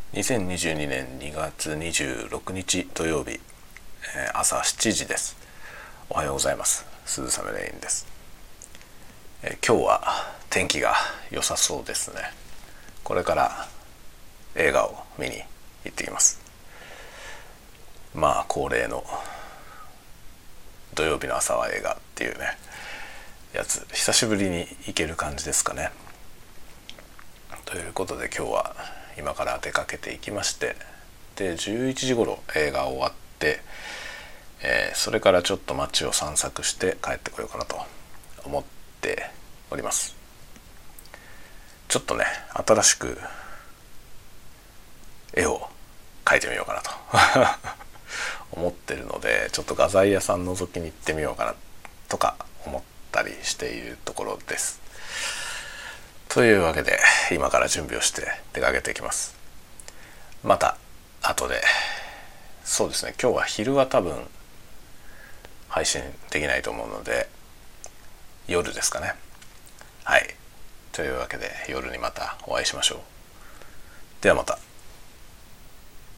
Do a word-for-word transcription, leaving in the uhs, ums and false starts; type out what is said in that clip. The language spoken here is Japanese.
にせんにじゅうにねんにがつにじゅうろくにち土曜日、えー、朝しちじです。おはようございます。鈴雨レインです。えー、今日は天気が良さそうですね。これから映画を見に行ってきます。まあ恒例の土曜日の朝は映画っていうねやつ、久しぶりに行ける感じですかね。ということで今日は今から出かけていきまして、でじゅういちじ頃映画終わって、えー、それからちょっと街を散策して帰ってこようかなと思っております。ちょっとね新しく絵を描いてみようかなと思ってるので、ちょっと画材屋さん覗きに行ってみようかなとか思ったりしているところです。というわけで今から準備をして出かけていきます。また後で、そうですね、今日は昼は多分配信できないと思うので夜ですかね。はい、というわけで夜にまたお会いしましょう。ではまた。